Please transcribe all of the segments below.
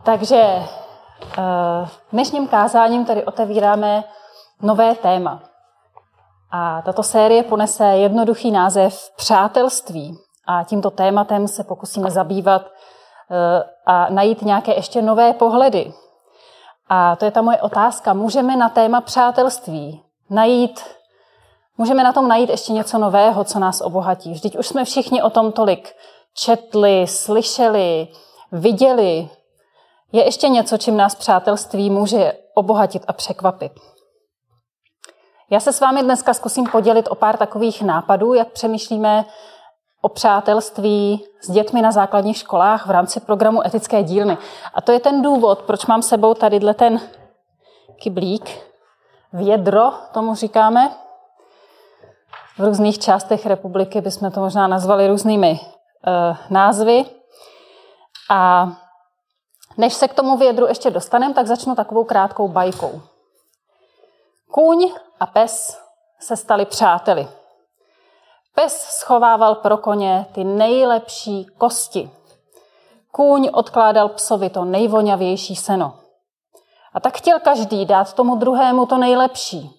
Takže dnešním kázáním tady otevíráme nové téma. A tato série ponese jednoduchý název Přátelství. A tímto tématem se pokusíme zabývat a najít nějaké ještě nové pohledy. A to je ta moje otázka. Můžeme na téma přátelství můžeme na tom najít ještě něco nového, co nás obohatí. Vždyť už jsme všichni o tom tolik četli, slyšeli, viděli. Je ještě něco, čím nás přátelství může obohatit a překvapit. Já se s vámi dneska zkusím podělit o pár takových nápadů, jak přemýšlíme o přátelství s dětmi na základních školách v rámci programu Etické dílny. A to je ten důvod, proč mám s sebou tadyhle ten kyblík, vědro, tomu říkáme. V různých částech republiky bychom to možná nazvali různými názvy. A než se k tomu vědru ještě dostaneme, tak začnu takovou krátkou bajkou. Kůň a pes se stali přáteli. Pes schovával pro koně ty nejlepší kosti. Kůň odkládal psovi to nejvoňavější seno. A tak chtěl každý dát tomu druhému to nejlepší.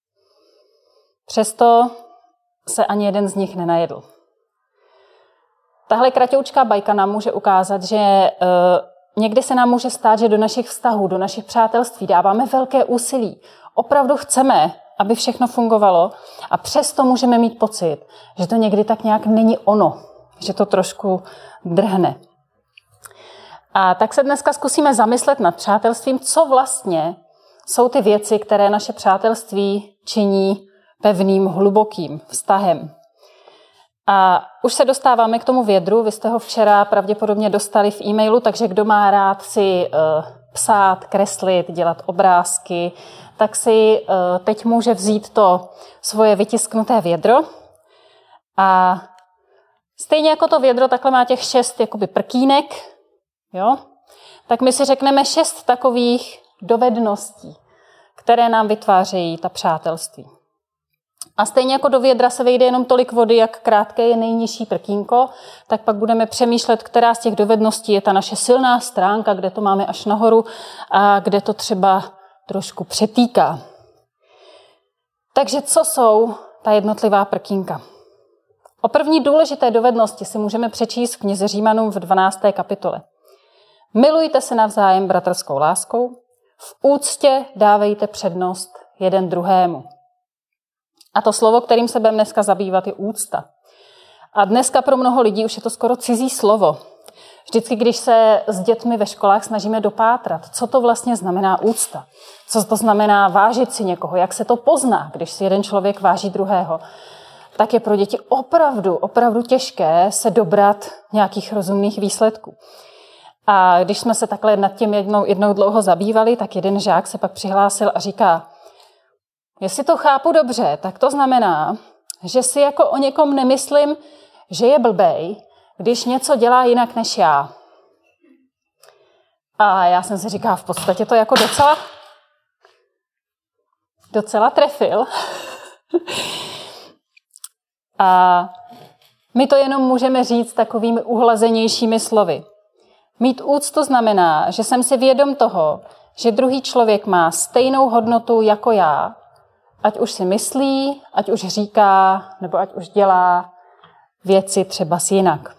Přesto se ani jeden z nich nenajedl. Tahle kratoučká bajka nám může ukázat, že někdy se nám může stát, že do našich vztahů, do našich přátelství dáváme velké úsilí. Opravdu chceme, aby všechno fungovalo a přesto můžeme mít pocit, že to někdy tak nějak není ono, že to trošku drhne. A tak se dneska zkusíme zamyslet nad přátelstvím, co vlastně jsou ty věci, které naše přátelství činí pevným, hlubokým vztahem. A už se dostáváme k tomu vědru, vy jste ho včera pravděpodobně dostali v e-mailu, takže kdo má rád si psát, kreslit, dělat obrázky, tak si teď může vzít to svoje vytisknuté vědro. A stejně jako to vědro, takhle má těch 6 jakoby prkínek, jo? Tak my si řekneme 6 takových dovedností, které nám vytvářejí ta přátelství. A stejně jako do vědra se vejde jenom tolik vody, jak krátké je nejnižší prkínko, tak pak budeme přemýšlet, která z těch dovedností je ta naše silná stránka, kde to máme až nahoru a kde to třeba trošku přetýká. Takže co jsou ta jednotlivá prkínka? O první důležité dovednosti si můžeme přečíst v knize Římanům v 12. kapitole. Milujte se navzájem bratrskou láskou, v úctě dávejte přednost jeden druhému. A to slovo, kterým se budeme dneska zabývat, je úcta. A dneska pro mnoho lidí už je to skoro cizí slovo. Vždycky, když se s dětmi ve školách snažíme dopátrat, co to vlastně znamená úcta, co to znamená vážit si někoho, jak se to pozná, když si jeden člověk váží druhého, tak je pro děti opravdu těžké se dobrat nějakých rozumných výsledků. A když jsme se takhle nad tím jednou dlouho zabývali, tak jeden žák se pak přihlásil a říká: jestli to chápu dobře, tak to znamená, že si jako o někom nemyslím, že je blbej, když něco dělá jinak než já. A já jsem si říkala, v podstatě to jako docela trefil. A my to jenom můžeme říct takovými uhlazenějšími slovy. Mít úctu znamená, že jsem si vědom toho, že druhý člověk má stejnou hodnotu jako já, ať už si myslí, ať už říká, nebo ať už dělá věci třeba jinak.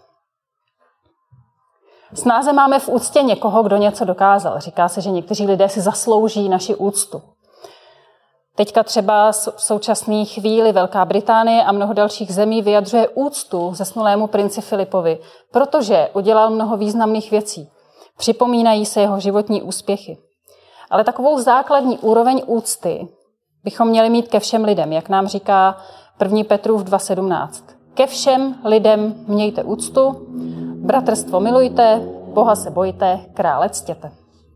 Snáze máme v úctě někoho, kdo něco dokázal. Říká se, že někteří lidé si zaslouží naši úctu. Teďka třeba v současné chvíli Velká Británie a mnoho dalších zemí vyjadřuje úctu zesnulému princi Filipovi, protože udělal mnoho významných věcí. Připomínají se jeho životní úspěchy. Ale takovou základní úroveň úcty bychom měli mít ke všem lidem, jak nám říká 1. Petrův 2.17. Ke všem lidem mějte úctu, bratrstvo milujte, Boha se bojte, krále ctěte.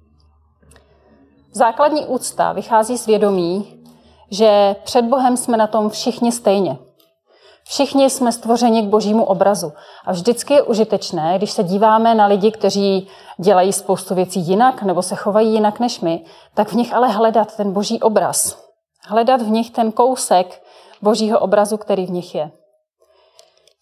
Základní úcta vychází z vědomí, že před Bohem jsme na tom všichni stejně. Všichni jsme stvořeni k božímu obrazu. A vždycky je užitečné, když se díváme na lidi, kteří dělají spoustu věcí jinak nebo se chovají jinak než my, tak v nich ale hledat ten boží obraz. Hledat v nich ten kousek božího obrazu, který v nich je.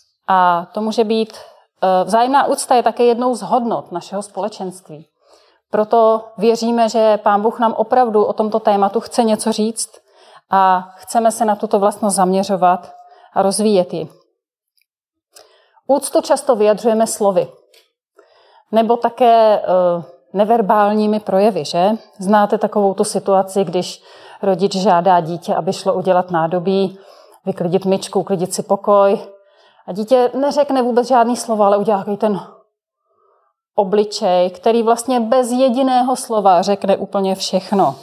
A to může být, vzájemná úcta je také jednou z hodnot našeho společenství. Proto věříme, že Pán Bůh nám opravdu o tomto tématu chce něco říct a chceme se na tuto vlastnost zaměřovat a rozvíjet ji. Úctu často vyjadřujeme slovy, nebo také neverbálními projevy, že? Znáte takovou tu situaci, když rodič žádá dítě, aby šlo udělat nádobí, vyklidit myčku, uklidit si pokoj. A dítě neřekne vůbec žádný slovo, ale udělá takový ten obličej, který vlastně bez jediného slova řekne úplně všechno.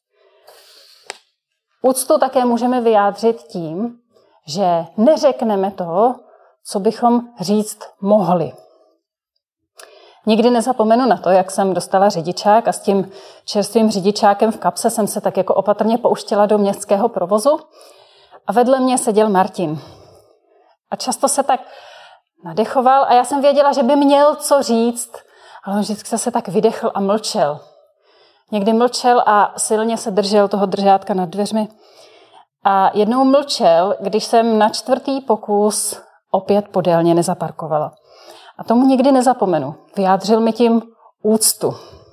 Úctu také můžeme vyjádřit tím, že neřekneme to, co bychom říct mohli. Nikdy nezapomenu na to, jak jsem dostala řidičák a s tím čerstvým řidičákem v kapse jsem se tak jako opatrně pouštěla do městského provozu a vedle mě seděl Martin. A často se tak nadechoval a já jsem věděla, že by měl co říct, ale on vždycky se tak vydechl a mlčel. Někdy mlčel a silně se držel toho držátka nad dveřmi. A jednou mlčel, když jsem na 4. pokus opět podélně nezaparkovala. A tomu nikdy nezapomenu. Vyjádřil mi tím úctu.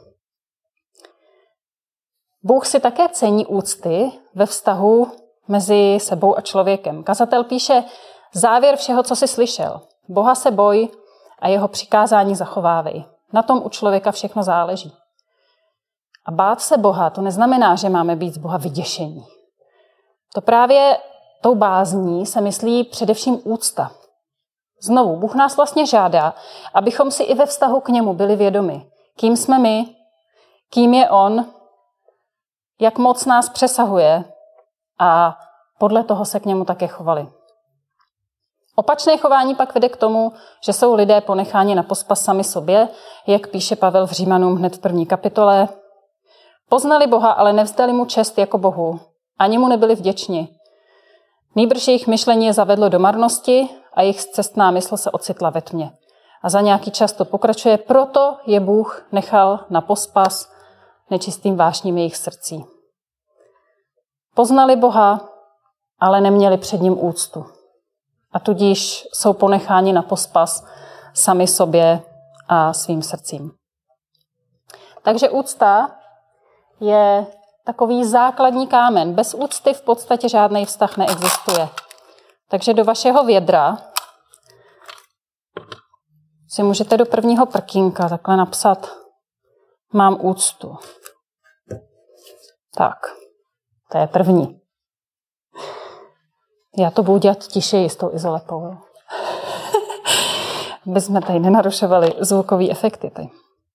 Bůh si také cení úcty ve vztahu mezi sebou a člověkem. Kazatel píše závěr všeho, co jsi slyšel. Boha se boj a jeho přikázání zachovávej. Na tom u člověka všechno záleží. A bát se Boha, to neznamená, že máme být z Boha vyděšení. To právě tou bázní se myslí především úcta. Znovu, Bůh nás vlastně žádá, abychom si i ve vztahu k němu byli vědomi. Kým jsme my, kým je on, jak moc nás přesahuje a podle toho se k němu také chovali. Opačné chování pak vede k tomu, že jsou lidé ponecháni na pospas sami sobě, jak píše Pavel v Římanům hned v 1. kapitole. Poznali Boha, ale nevzdali mu čest jako Bohu. Ani mu nebyli vděční. Nýbrž jejich myšlení je zavedlo do marnosti a jejich cestná mysl se ocitla ve tmě. A za nějaký čas to pokračuje, proto je Bůh nechal na pospas nečistým vášním jejich srdcí. Poznali Boha, ale neměli před ním úctu. A tudíž jsou ponecháni na pospas sami sobě a svým srdcím. Takže úcta je takový základní kámen. Bez úcty v podstatě žádný vztah neexistuje. Takže do vašeho vědra si můžete do prvního prkínka takhle napsat mám úctu. Tak, to je první. Já to budu dělat tišeji s tou izolepou. Aby jsme tady nenarušovali zvukové efekty. Tady.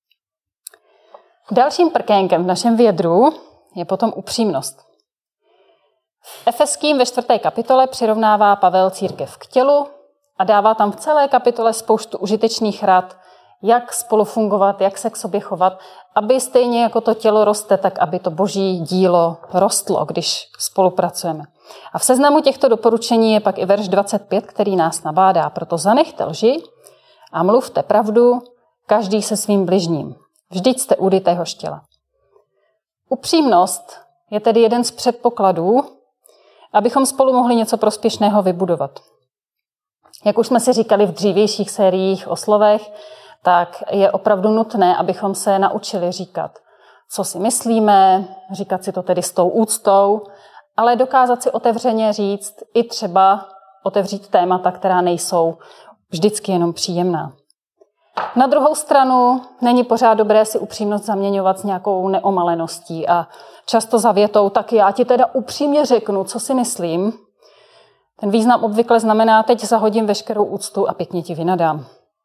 Dalším prkénkem v našem vědru je potom upřímnost. V Efeským ve 4. kapitole přirovnává Pavel církev k tělu a dává tam v celé kapitole spoustu užitečných rad, jak spolu fungovat, jak se k sobě chovat, aby stejně jako to tělo roste, tak aby to boží dílo rostlo, když spolupracujeme. A v seznamu těchto doporučení je pak i verš 25, který nás nabádá. Proto zanechte lži a mluvte pravdu, každý se svým bližním. Vždyť jste údy téhož těla. Upřímnost je tedy jeden z předpokladů, abychom spolu mohli něco prospěšného vybudovat. Jak už jsme si říkali v dřívějších sériích o slovech, tak je opravdu nutné, abychom se naučili říkat, co si myslíme, říkat si to tedy s tou úctou, ale dokázat si otevřeně říct i třeba otevřít témata, která nejsou vždycky jenom příjemná. Na druhou stranu není pořád dobré si upřímnost zaměňovat s nějakou neomaleností a často za větou, tak já ti teda upřímně řeknu, co si myslím. Ten význam obvykle znamená, teď zahodím veškerou úctu a pěkně ti vynadám.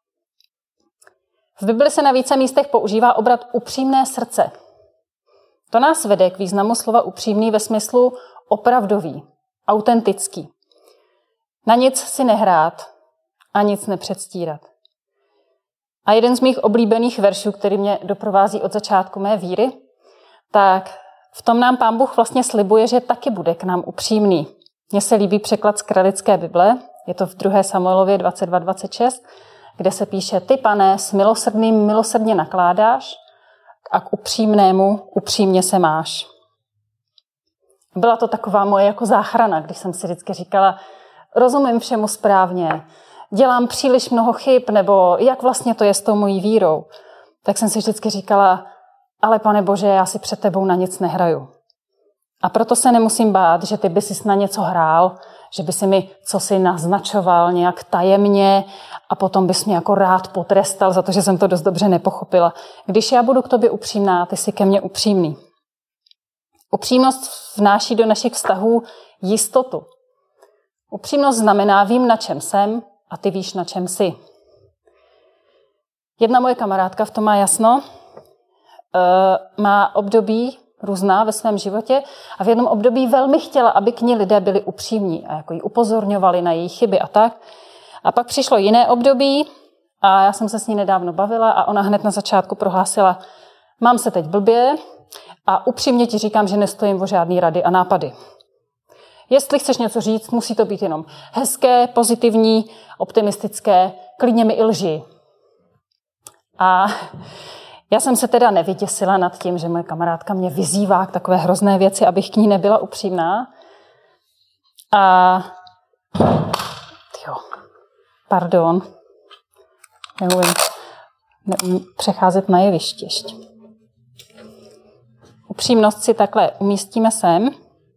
V Bibli se na více místech používá obrat upřímné srdce. To nás vede k významu slova upřímný ve smyslu opravdový, autentický. Na nic si nehrát a nic nepředstírat. A jeden z mých oblíbených veršů, který mě doprovází od začátku mé víry, tak v tom nám Pán Bůh vlastně slibuje, že taky bude k nám upřímný. Mně se líbí překlad z Kralické Bible, je to v 2. Samuelově 22:26, kde se píše, ty, Pane, s milosrdným milosrdně nakládáš a k upřímnému upřímně se máš. Byla to taková moje jako záchrana, když jsem si vždycky říkala, rozumím všemu správně, dělám příliš mnoho chyb, nebo jak vlastně to je s tou mojí vírou. Tak jsem si vždycky říkala, ale Pane Bože, já si před tebou na nic nehraju. A proto se nemusím bát, že ty by si na něco hrál, že by si mi cosi naznačoval nějak tajemně a potom bys mě jako rád potrestal za to, že jsem to dost dobře nepochopila. Když já budu k tobě upřímná, ty jsi ke mně upřímný. Upřímnost vnáší do našich vztahů jistotu. Upřímnost znamená, vím, na čem jsem a ty víš, na čem jsi. Jedna moje kamarádka v tom má jasno, má období různá ve svém životě a v jednom období velmi chtěla, aby k ní lidé byli upřímní a jako jí upozorňovali na její chyby a tak. A pak přišlo jiné období a já jsem se s ní nedávno bavila a ona hned na začátku prohlásila, mám se teď blbě a upřímně ti říkám, že nestojím o žádný rady a nápady. Jestli chceš něco říct, musí to být jenom hezké, pozitivní, optimistické, klidně mi i lži. A já jsem se teda nevyděsila nad tím, že moje kamarádka mě vyzývá k takové hrozné věci, abych k ní nebyla upřímná. A neumím přecházet na jeviště ještě. Upřímnost si takhle umístíme sem.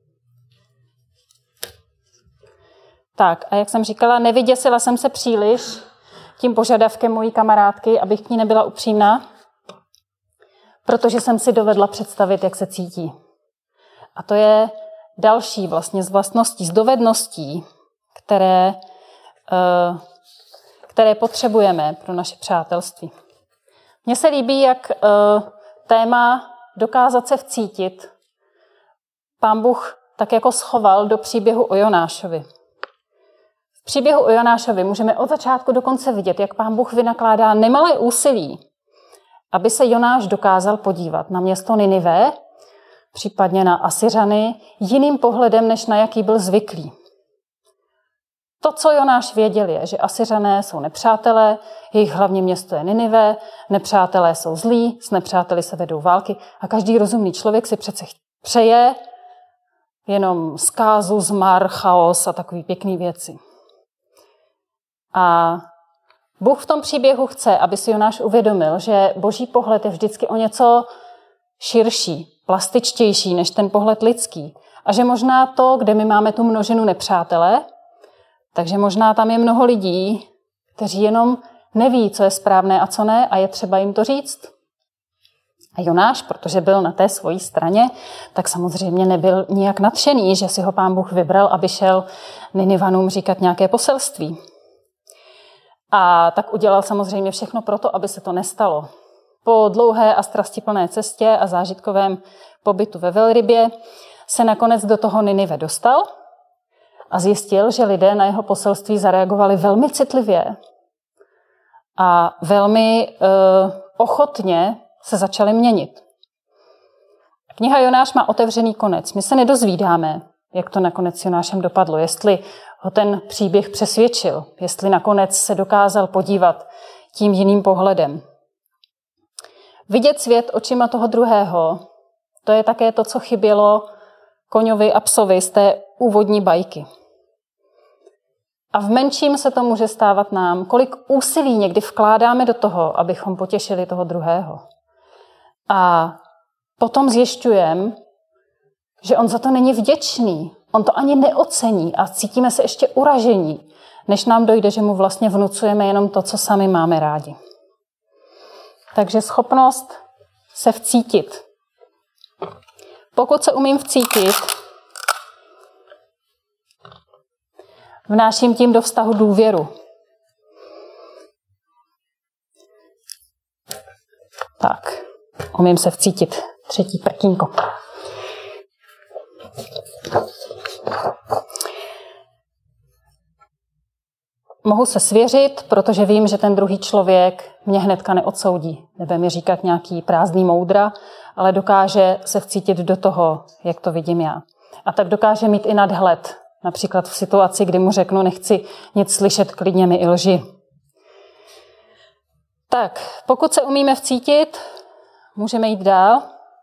Tak a jak jsem říkala, nevyděsila jsem se příliš tím požadavkem mojí kamarádky, abych k ní nebyla upřímná, protože jsem si dovedla představit, jak se cítí. A to je další vlastně z vlastností, z dovedností, které potřebujeme pro naše přátelství. Mně se líbí, jak téma dokázat se vcítit Pán Bůh tak jako schoval do příběhu o Jonášovi. V příběhu o Jonášovi můžeme od začátku do konce vidět, jak Pán Bůh vynakládá nemalé úsilí, aby se Jonáš dokázal podívat na město Ninive, případně na Asyřany, jiným pohledem, než na jaký byl zvyklý. To, co Jonáš věděl, je, že Asyřané jsou nepřátelé, jejich hlavní město je Ninive, nepřátelé jsou zlí, s nepřáteli se vedou války a každý rozumný člověk si přece přeje jenom zkázu, zmar, chaos a takové pěkné věci. A Bůh v tom příběhu chce, aby si Jonáš uvědomil, že boží pohled je vždycky o něco širší, plastičtější než ten pohled lidský. A že možná to, kde my máme tu množinu nepřátelé, takže možná tam je mnoho lidí, kteří jenom neví, co je správné a co ne a je třeba jim to říct. A Jonáš, protože byl na té svojí straně, tak samozřejmě nebyl nijak nadšený, že si ho Pán Bůh vybral, aby šel Ninivanům říkat nějaké poselství. A tak udělal samozřejmě všechno proto, aby se to nestalo. Po dlouhé a strastiplné cestě a zážitkovém pobytu ve velrybě se nakonec do toho Ninive dostal a zjistil, že lidé na jeho poselství zareagovali velmi citlivě a velmi ochotně se začali měnit. Kniha Jonáš má otevřený konec. My se nedozvídáme, jak to nakonec Jonášem dopadlo, jestli ho ten příběh přesvědčil, jestli nakonec se dokázal podívat tím jiným pohledem. Vidět svět očima toho druhého, to je také to, co chybělo koňovi a psovi z té úvodní bajky. A v menším se to může stávat nám, kolik úsilí někdy vkládáme do toho, abychom potěšili toho druhého. A potom zjišťujeme, že on za to není vděčný, on to ani neocení a cítíme se ještě uražení, než nám dojde, že mu vlastně vnucujeme jenom to, co sami máme rádi. Takže schopnost se vcítit. Pokud se umím vcítit, vnáším tím do vztahu důvěru. Tak, umím se vcítit. Třetí prkínko. Mohu se svěřit, protože vím, že ten druhý člověk mě hnedka neodsoudí. Nebude mi říkat nějaký prázdný moudra, ale dokáže se vcítit do toho, jak to vidím já. A tak dokáže mít i nadhled. Například v situaci, kdy mu řeknu, nechci nic slyšet, klidně mi i lži. Tak, pokud se umíme vcítit, můžeme jít dál.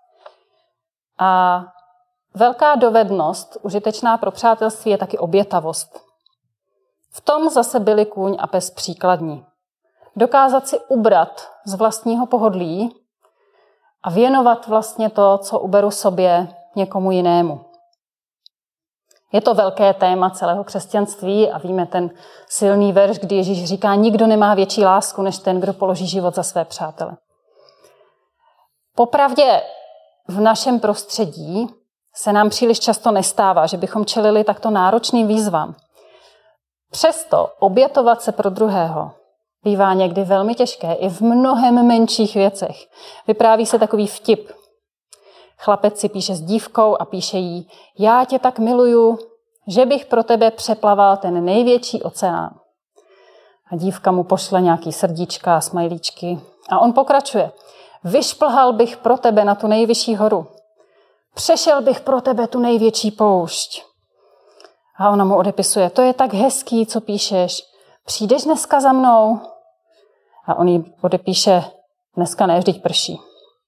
A velká dovednost, užitečná pro přátelství, je taky obětavost. V tom zase byli kůň a pes příkladní. Dokázat si ubrat z vlastního pohodlí a věnovat vlastně to, co uberu sobě, někomu jinému. Je to velké téma celého křesťanství a víme ten silný verš, kdy Ježíš říká, nikdo nemá větší lásku, než ten, kdo položí život za své přátele. Popravdě v našem prostředí se nám příliš často nestává, že bychom čelili takto náročným výzvám. Přesto obětovat se pro druhého bývá někdy velmi těžké i v mnohem menších věcech. Vypráví se takový vtip. Chlapec si píše s dívkou a píše jí, já tě tak miluju, že bych pro tebe přeplaval ten největší oceán. A dívka mu pošle nějaký srdíčka a smajlíčky. A on pokračuje, vyšplhal bych pro tebe na tu nejvyšší horu. Přešel bych pro tebe tu největší poušť. A ona mu odepisuje, to je tak hezký, co píšeš. Přijdeš dneska za mnou? A on jí odepíše, dneska ne, vždyť prší.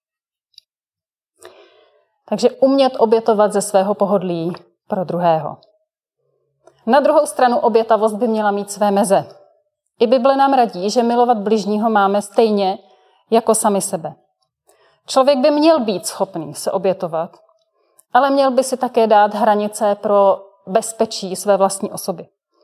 Takže umět obětovat ze svého pohodlí pro druhého. Na druhou stranu obětavost by měla mít své meze. I Bible nám radí, že milovat bližního máme stejně jako sami sebe. Člověk by měl být schopný se obětovat, ale měl by si také dát hranice pro bezpečí své vlastní osoby.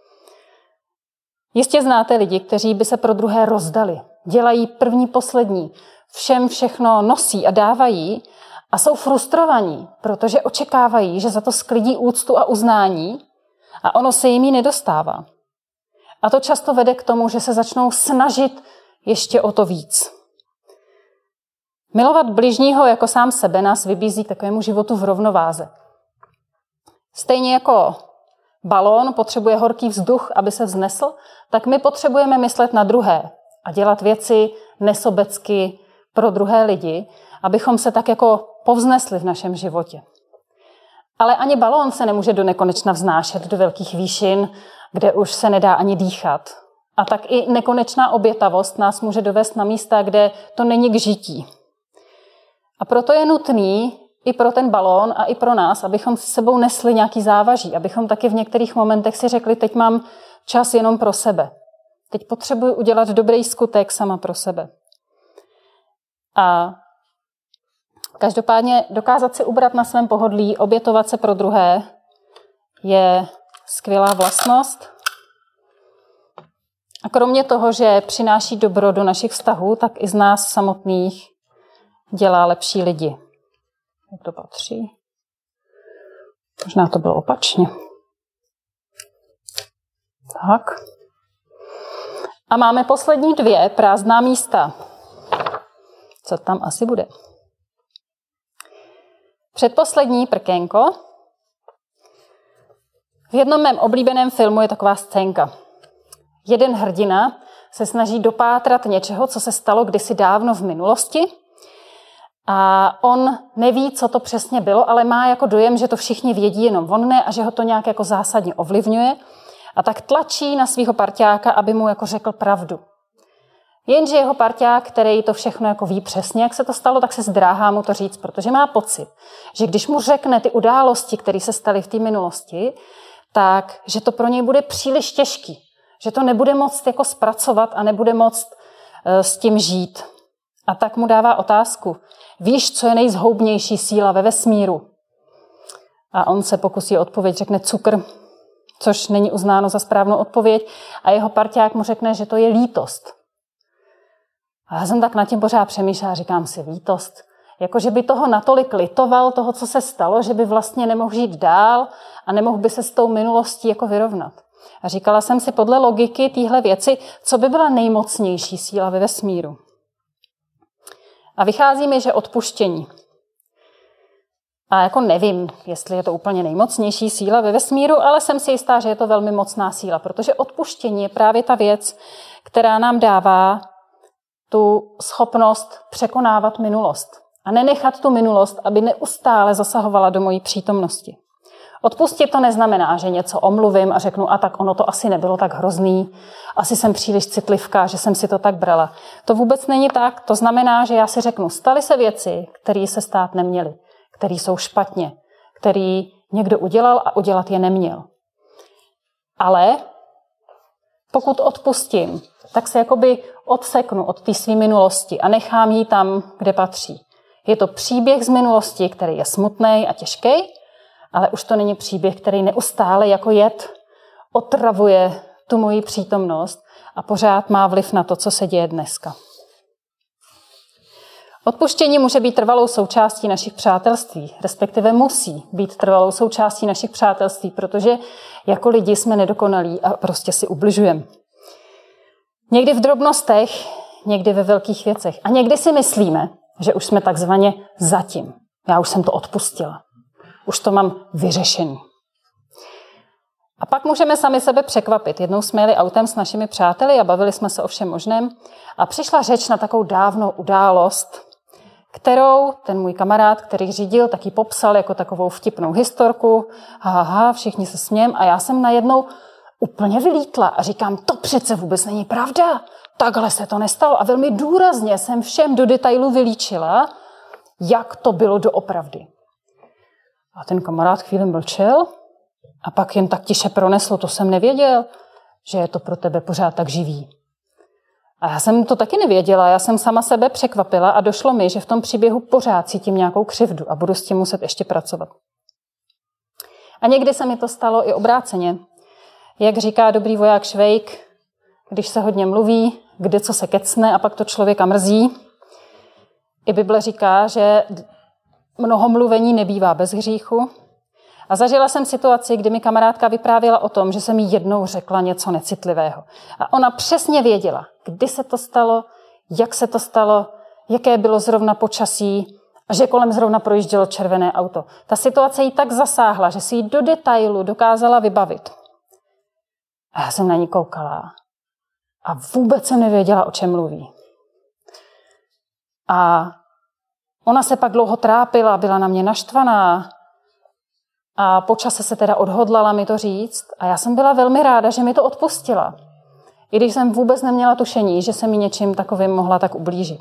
Jistě znáte lidi, kteří by se pro druhé rozdali. Dělají první, poslední. Všem všechno nosí a dávají a jsou frustrovaní, protože očekávají, že za to sklidí úctu a uznání a ono se jim jí nedostává. A to často vede k tomu, že se začnou snažit ještě o to víc. Milovat bližního jako sám sebe nás vybízí k takovému životu v rovnováze. Stejně jako balón potřebuje horký vzduch, aby se vznesl, tak my potřebujeme myslet na druhé a dělat věci nesobecky pro druhé lidi, abychom se tak jako povznesli v našem životě. Ale ani balón se nemůže do nekonečna vznášet do velkých výšin, kde už se nedá ani dýchat. A tak i nekonečná obětavost nás může dovést na místa, kde to není k žití. A proto je nutný i pro ten balón a i pro nás, abychom s sebou nesli nějaký závaží, abychom taky v některých momentech si řekli, teď mám čas jenom pro sebe. Teď potřebuji udělat dobrý skutek sama pro sebe. A každopádně dokázat si ubrat na svém pohodlí, obětovat se pro druhé, je skvělá vlastnost. A kromě toho, že přináší dobro do našich vztahů, tak i z nás samotných dělá lepší lidi. Jak to patří? Možná to bylo opačně. Tak. A máme poslední 2 prázdná místa. Co tam asi bude? Předposlední prkénko. V jednom mém oblíbeném filmu je taková scénka. Jeden hrdina se snaží dopátrat něčeho, co se stalo kdysi dávno v minulosti. A on neví, co to přesně bylo, ale má jako dojem, že to všichni vědí, jenom on ne, a že ho to nějak jako zásadně ovlivňuje. A tak tlačí na svého parťáka, aby mu jako řekl pravdu. Jenže jeho parťák, který to všechno jako ví přesně, jak se to stalo, tak se zdráhá mu to říct, protože má pocit, že když mu řekne ty události, které se staly v té minulosti, tak že to pro něj bude příliš těžký, že to nebude moct jako zpracovat a nebude moct s tím žít. A tak mu dává otázku, víš, co je nejzhoubnější síla ve vesmíru? A on se pokusí o odpověď, řekne cukr, což není uznáno za správnou odpověď, a jeho parťák mu řekne, že to je lítost. A já jsem tak nad tím pořád přemýšlela a říkám si, lítost. Jako, že by toho natolik litoval, toho, co se stalo, že by vlastně nemohl žít dál a nemohl by se s tou minulostí jako vyrovnat. A říkala jsem si podle logiky téhle věci, co by byla nejmocnější síla ve vesmíru. A vychází mi, že odpuštění. A jako nevím, jestli je to úplně nejmocnější síla ve vesmíru, ale jsem si jistá, že je to velmi mocná síla, protože odpuštění je právě ta věc, která nám dává tu schopnost překonávat minulost a nenechat tu minulost, aby neustále zasahovala do mojí přítomnosti. Odpustit to neznamená, že něco omluvím a řeknu, a tak ono to asi nebylo tak hrozný, asi jsem příliš citlivká, že jsem si to tak brala. To vůbec není tak, to znamená, že já si řeknu, staly se věci, které se stát neměly, které jsou špatně, které někdo udělal a udělat je neměl. Ale pokud odpustím, tak se jakoby odseknu od té své minulosti a nechám ji tam, kde patří. Je to příběh z minulosti, který je smutný a těžký, ale už to není příběh, který neustále jako jed otravuje tu moji přítomnost a pořád má vliv na to, co se děje dneska. Odpuštění může být trvalou součástí našich přátelství, respektive musí být trvalou součástí našich přátelství, protože jako lidi jsme nedokonalí a prostě si ubližujeme. Někdy v drobnostech, někdy ve velkých věcech. A někdy si myslíme, že už jsme takzvaně zatím. Já už jsem to odpustila. Už to mám vyřešený. A pak můžeme sami sebe překvapit. Jednou jsme jeli autem s našimi přáteli a bavili jsme se o všem možném a přišla řeč na takovou dávnou událost, kterou ten můj kamarád, který řídil, taky popsal jako takovou vtipnou historku. Všichni se smějeme a já jsem najednou úplně vylítla a říkám, to přece vůbec není pravda. Takhle se to nestalo a velmi důrazně jsem všem do detailu vylíčila, jak to bylo doopravdy. A ten kamarád chvíli mlčel a pak jen tak tiše pronesl, to jsem nevěděl, že je to pro tebe pořád tak živý. A já jsem to taky nevěděla, já jsem sama sebe překvapila a došlo mi, že v tom příběhu pořád cítím nějakou křivdu a budu s tím muset ještě pracovat. A někdy se mi to stalo i obráceně. Jak říká dobrý voják Švejk, když se hodně mluví, kde co se kecne a pak to člověka mrzí. I Bible říká, že mnoho mluvení nebývá bez hříchu. A zažila jsem situaci, kdy mi kamarádka vyprávěla o tom, že jsem jí jednou řekla něco necitlivého. A ona přesně věděla, kdy se to stalo, jak se to stalo, jaké bylo zrovna počasí a že kolem zrovna projíždělo červené auto. Ta situace jí tak zasáhla, že si ji do detailu dokázala vybavit. A já jsem na ní koukala a vůbec jsem nevěděla, o čem mluví. A ona se pak dlouho trápila, byla na mě naštvaná a po čase se teda odhodlala mi to říct a já jsem byla velmi ráda, že mi to odpustila. I když jsem vůbec neměla tušení, že se mi něčím takovým mohla tak ublížit.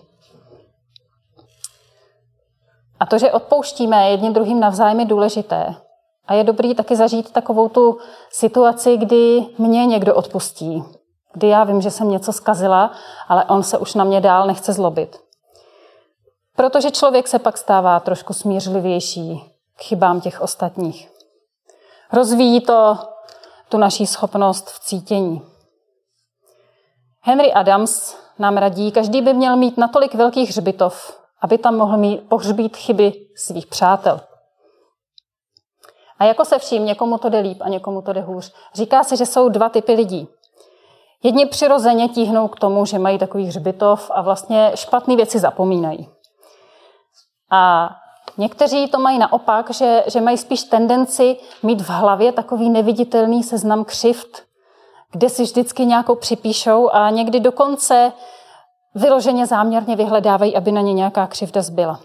A to, že odpouštíme jedním druhým navzájem, je důležité. A je dobrý taky zažít takovou tu situaci, kdy mě někdo odpustí. Kdy já vím, že jsem něco zkazila, ale on se už na mě dál nechce zlobit. Protože člověk se pak stává trošku smířlivější k chybám těch ostatních. Rozvíjí to tu naší schopnost v cítění. Henry Adams nám radí, každý by měl mít natolik velkých hřbitov, aby tam mohl pohřbít chyby svých přátel. A jako se vším, někomu to jde líp a někomu to jde hůř. Říká se, že jsou dva typy lidí. Jedni přirozeně tíhnou k tomu, že mají takový hřbitov a vlastně špatné věci zapomínají. A někteří to mají naopak, že mají spíš tendenci mít v hlavě takový neviditelný seznam křivd, kde si vždycky nějakou připíšou a někdy dokonce vyloženě záměrně vyhledávají, aby na ně nějaká křivda zbyla.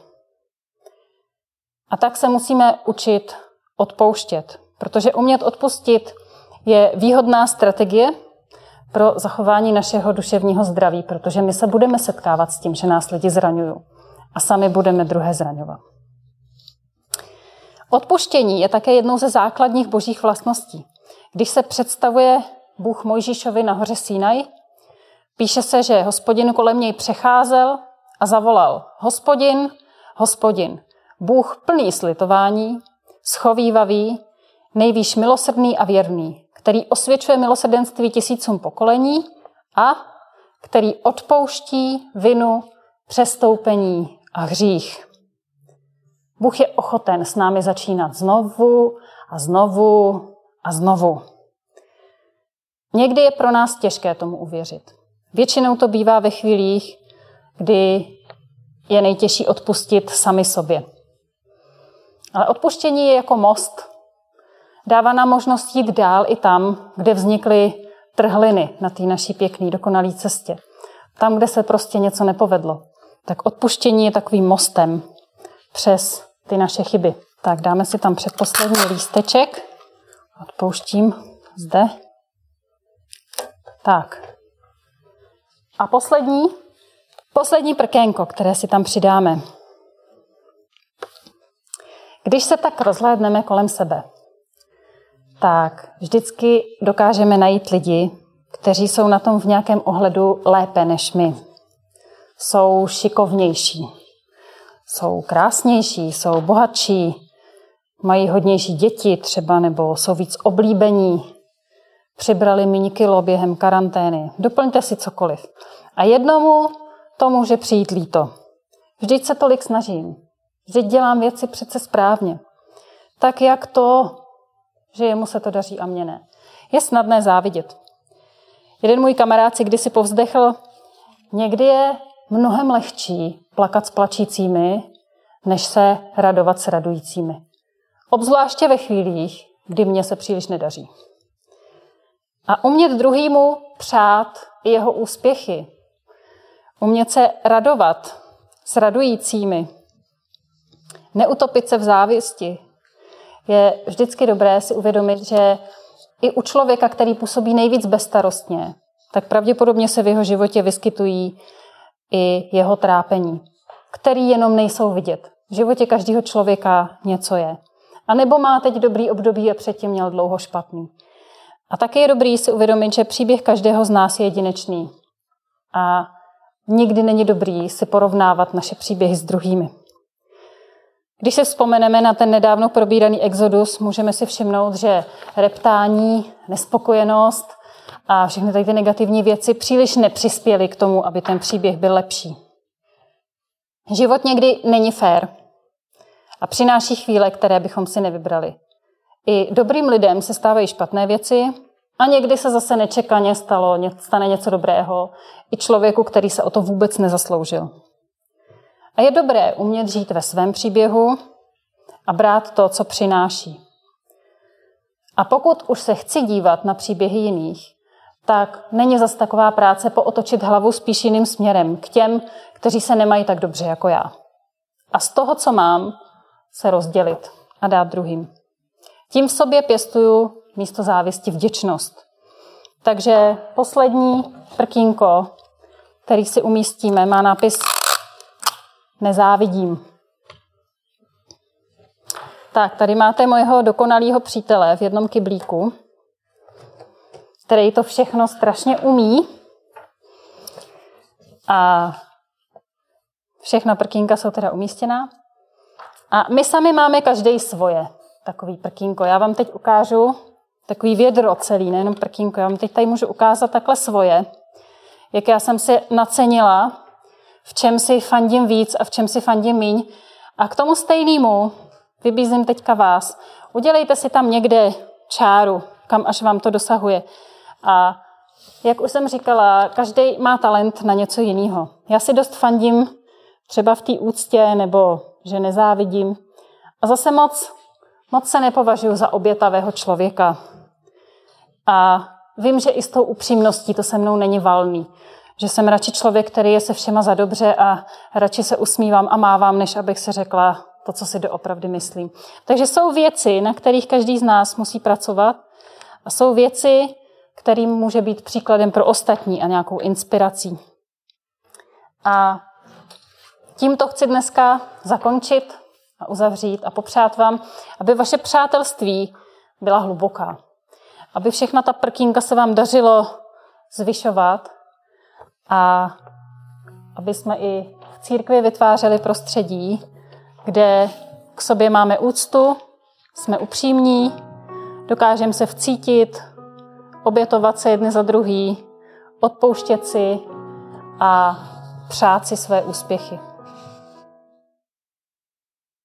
A tak se musíme učit odpouštět, protože umět odpustit je výhodná strategie pro zachování našeho duševního zdraví, protože my se budeme setkávat s tím, že nás lidi zraňují a sami budeme druhé zraňovat. Odpuštění je také jednou ze základních božích vlastností. Když se představuje Bůh Mojžíšovi na hoře Sinaj, píše se, že Hospodin kolem něj přecházel a zavolal: Hospodin, Hospodin, Bůh plný slitování, schovívavý, nejvýš milosrdný a věrný, který osvědčuje milosrdenství tisícům pokolení a který odpouští vinu, přestoupení a hřích. Bůh je ochoten s námi začínat znovu a znovu a znovu. Někdy je pro nás těžké tomu uvěřit. Většinou to bývá ve chvílích, kdy je nejtěžší odpustit sami sobě. Ale odpuštění je jako most. Dává nám možnost jít dál i tam, kde vznikly trhliny na té naší pěkné, dokonalé cestě. Tam, kde se prostě něco nepovedlo. Tak odpuštění je takovým mostem přes ty naše chyby. Tak dáme si tam předposlední lísteček. Odpouštím zde. Tak. A poslední prkénko, které si tam přidáme. Když se tak rozhlédneme kolem sebe, tak vždycky dokážeme najít lidi, kteří jsou na tom v nějakém ohledu lépe než my. Jsou šikovnější, jsou krásnější, jsou bohatší, mají hodnější děti třeba, nebo jsou víc oblíbení, přibrali méně kilo během karantény. Doplňte si cokoliv. A jednomu to může přijít líto. Vždyť se tolik snažím. Vždyť dělám věci přece správně. Tak jak to, že jemu se to daří a mně ne? Je snadné závidět. Jeden můj kamarád si kdysi povzdechl, někdy je mnohem lehčí plakat s plačícími, než se radovat s radujícími. Obzvláště ve chvílích, kdy mně se příliš nedaří. A umět druhýmu přát i jeho úspěchy. Umět se radovat s radujícími. Neutopit se v závisti. Je vždycky dobré si uvědomit, že i u člověka, který působí nejvíc bezstarostně, tak pravděpodobně se v jeho životě vyskytují i jeho trápení, který jenom nejsou vidět. V životě každého člověka něco je. A nebo má teď dobrý období a předtím měl dlouho špatný. A taky je dobrý si uvědomit, že příběh každého z nás je jedinečný. A nikdy není dobrý si porovnávat naše příběhy s druhými. Když se vzpomeneme na ten nedávno probíraný exodus, můžeme si všimnout, že reptání, nespokojenost a všechny tady ty negativní věci příliš nepřispěly k tomu, aby ten příběh byl lepší. Život někdy není fér a přináší chvíle, které bychom si nevybrali. I dobrým lidem se stávají špatné věci a někdy se zase nečekaně stane něco dobrého i člověku, který se o to vůbec nezasloužil. A je dobré umět žít ve svém příběhu a brát to, co přináší. A pokud už se chci dívat na příběhy jiných, tak není zas taková práce pootočit hlavu spíš jiným směrem k těm, kteří se nemají tak dobře jako já. A z toho, co mám, se rozdělit a dát druhým. Tím v sobě pěstuju místo závisti vděčnost. Takže poslední prkínko, který si umístíme, má nápis Nezávidím. Tak, tady máte mojeho dokonalého přítele v jednom kyblíku, který to všechno strašně umí. A všechna prkínka jsou teda umístěná. A my sami máme každý svoje takový prkínko. Já vám teď ukážu takový vědro celý, nejenom prkínko. Já vám teď tady můžu ukázat takhle svoje, jak já jsem si nacenila, v čem si fandím víc a v čem si fandím míň. A k tomu stejnému vybízím teďka vás. Udělejte si tam někde čáru, kam až vám to dosahuje. A jak už jsem říkala, každý má talent na něco jiného. Já si dost fandím třeba v té úctě, nebo že nezávidím. A zase moc se nepovažuji za obětavého člověka. A vím, že i s tou upřímností to se mnou není valný. Že jsem radši člověk, který je se všema za dobře a radši se usmívám a mávám, než abych si řekla to, co si doopravdy myslím. Takže jsou věci, na kterých každý z nás musí pracovat a jsou věci, kterým může být příkladem pro ostatní a nějakou inspirací. A tímto chci dneska zakončit a uzavřít a popřát vám, aby vaše přátelství byla hluboká. Aby všechna ta prkínka se vám dařilo zvyšovat a aby jsme i v církvi vytvářeli prostředí, kde k sobě máme úctu, jsme upřímní, dokážeme se vcítit, obětovat se jedni za druhý, odpouštět si a přát si své úspěchy.